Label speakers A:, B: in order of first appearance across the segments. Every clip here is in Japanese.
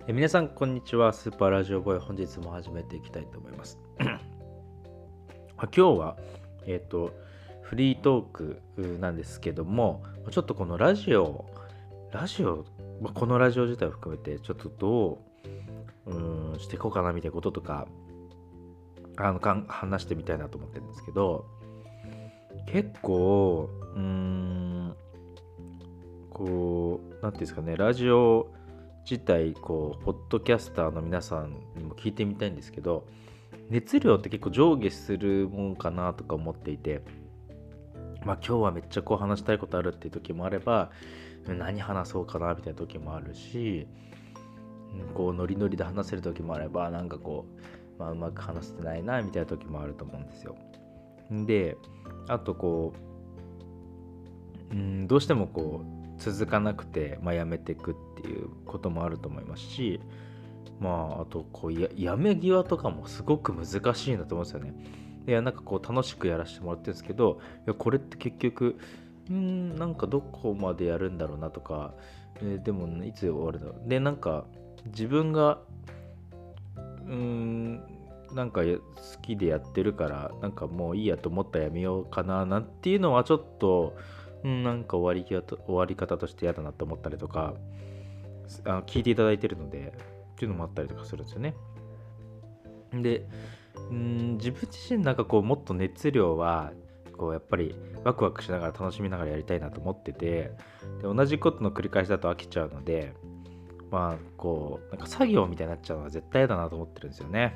A: 皆さんこんにちは。スーパーラジオボーイ、本日も始めていきたいと思います今日はフリートークなんですけども、ちょっとこのラジオ、このラジオ自体を含めてちょっとどうしていこうかなみたいなこととか話してみたいなと思ってるんですけど、結構こうなんていうんですかね、ラジオ自体ポッドキャスターの皆さんにも聞いてみたいんですけど、熱量って結構上下するもんかなとか思っていて、今日はめっちゃ話したいことあるっていう時もあれば、何話そうかなみたいな時もあるし、ノリノリで話せる時もあれば、うまく話せてないなみたいな時もあると思うんですよ。で、あとどうしても続かなくて、やめていくっていうこともあると思いますし、あとやめ際とかもすごく難しいなと思うんですよね。楽しくやらせてもらってるんですけど、これって結局どこまでやるんだろうなとか、でもいつ終わるだろうで、自分が好きでやってるから、もういいやと思ったらやめようかななんていうのはちょっと終わり方として嫌だなと思ったりとか、聞いていただいてるのでっていうのもあったりとかするんですよね。で、自分自身もっと熱量はやっぱりワクワクしながら楽しみながらやりたいなと思ってて、で同じことの繰り返しだと飽きちゃうので、作業みたいになっちゃうのは絶対嫌だなと思ってるんですよね。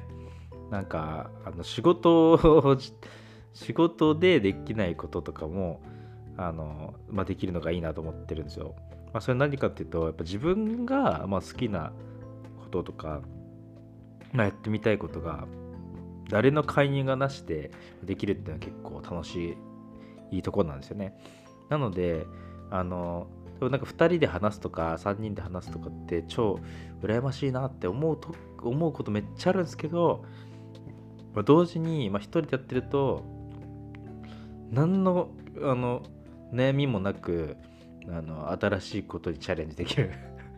A: 仕事でできないこととかもできるのがいいなと思ってるんですよ。それ何かっていうと、やっぱ自分が好きなこととか、やってみたいことが誰の介入がなしでできるっていうのは結構楽しいところなんですよね。なので2人で話すとか3人で話すとかって超羨ましいなって思うことめっちゃあるんですけど、同時に1人でやってると何の悩みもなく新しいことにチャレンジできる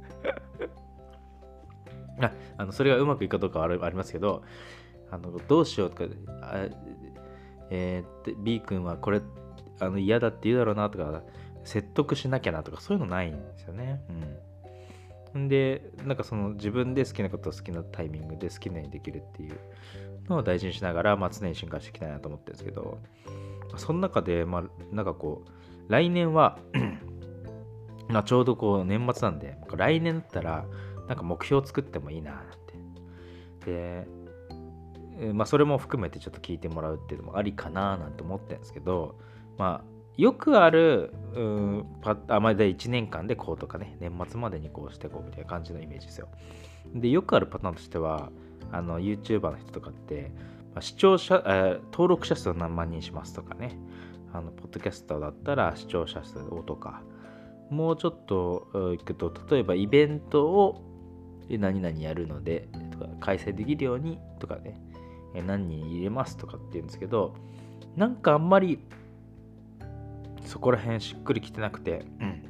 A: それがうまくいくかどうかはありますけど、どうしようとか、B 君はこれ嫌だって言うだろうなとか、説得しなきゃなとか、そういうのないんですよね。で、自分で好きなことを好きなタイミングで好きなようにできるっていうのを大事にしながら、常に進化していきたいなと思ってるんですけど、その中で来年はちょうど年末なんで、来年だったら目標を作ってもいいななんて。で、それも含めてちょっと聞いてもらうっていうのもありかななんて思ってるんですけど、よくある1年間でこうとかね、年末までにこうしてこうみたいな感じのイメージですよ。で、よくあるパターンとしては、YouTuber の人とかって、登録者数を何万人しますとかね、ポッドキャスターだったら視聴者数をとか、もうちょっといくと、例えばイベントを何々やるのでとか、開催できるようにとかね、何人入れますとかって言うんですけど、あんまりそこら辺しっくりきてなくて、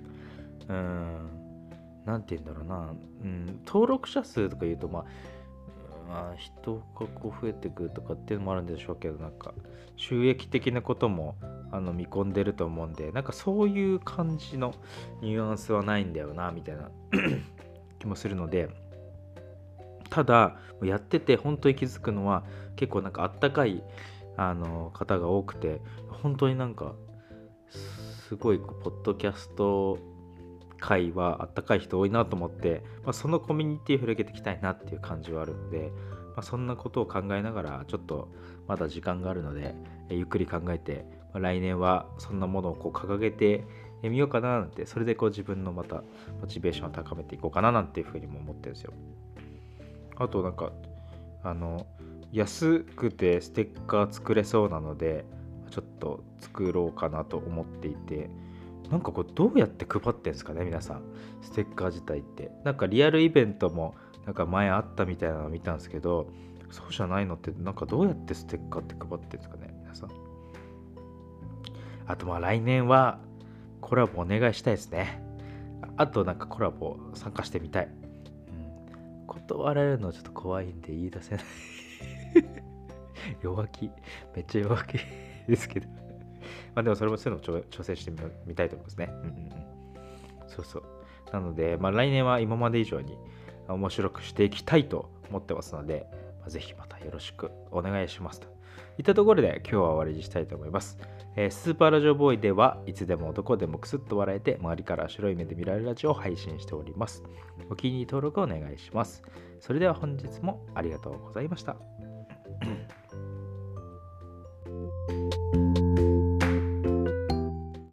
A: なんて言うんだろうな、登録者数とか言うと人が増えてくるとかっていうのもあるんでしょうけど、収益的なことも見込んでると思うんで、そういう感じのニュアンスはないんだよなみたいな気もするので、ただやってて本当に気づくのは、結構あったかい方が多くて、本当にすごいポッドキャスト界はあったかい人多いなと思って、そのコミュニティを広げていきたいなっていう感じはあるので、そんなことを考えながら、ちょっとまだ時間があるので、ゆっくり考えて、来年はそんなものを掲げてみようかななんて、それで自分のまたモチベーションを高めていこうかななんていうふうにも思ってるんですよ。あと安くてステッカー作れそうなので、ちょっと作ろうかなと思っていて、どうやって配ってんですかね皆さん、ステッカー自体って。リアルイベントも前あったみたいなのを見たんですけど、そうじゃないのってどうやってステッカーって配ってんですかね皆さん。あと来年はコラボお願いしたいですね。あとコラボ参加してみたい。今と笑えるのはちょっと怖いんで言い出せない弱気、めっちゃ弱気ですけどまあでもそれもそういうのを挑戦してみたいと思いますね。そうそう。なので、来年は今まで以上に面白くしていきたいと思ってますので、ぜひまたよろしくお願いしますといったところで今日は終わりにしたいと思います。スーパーラジオボーイではいつでもどこでもクスッと笑えて周りから白い目で見られるラジオを配信しております。お気に入り登録お願いします。それでは本日もありがとうございました。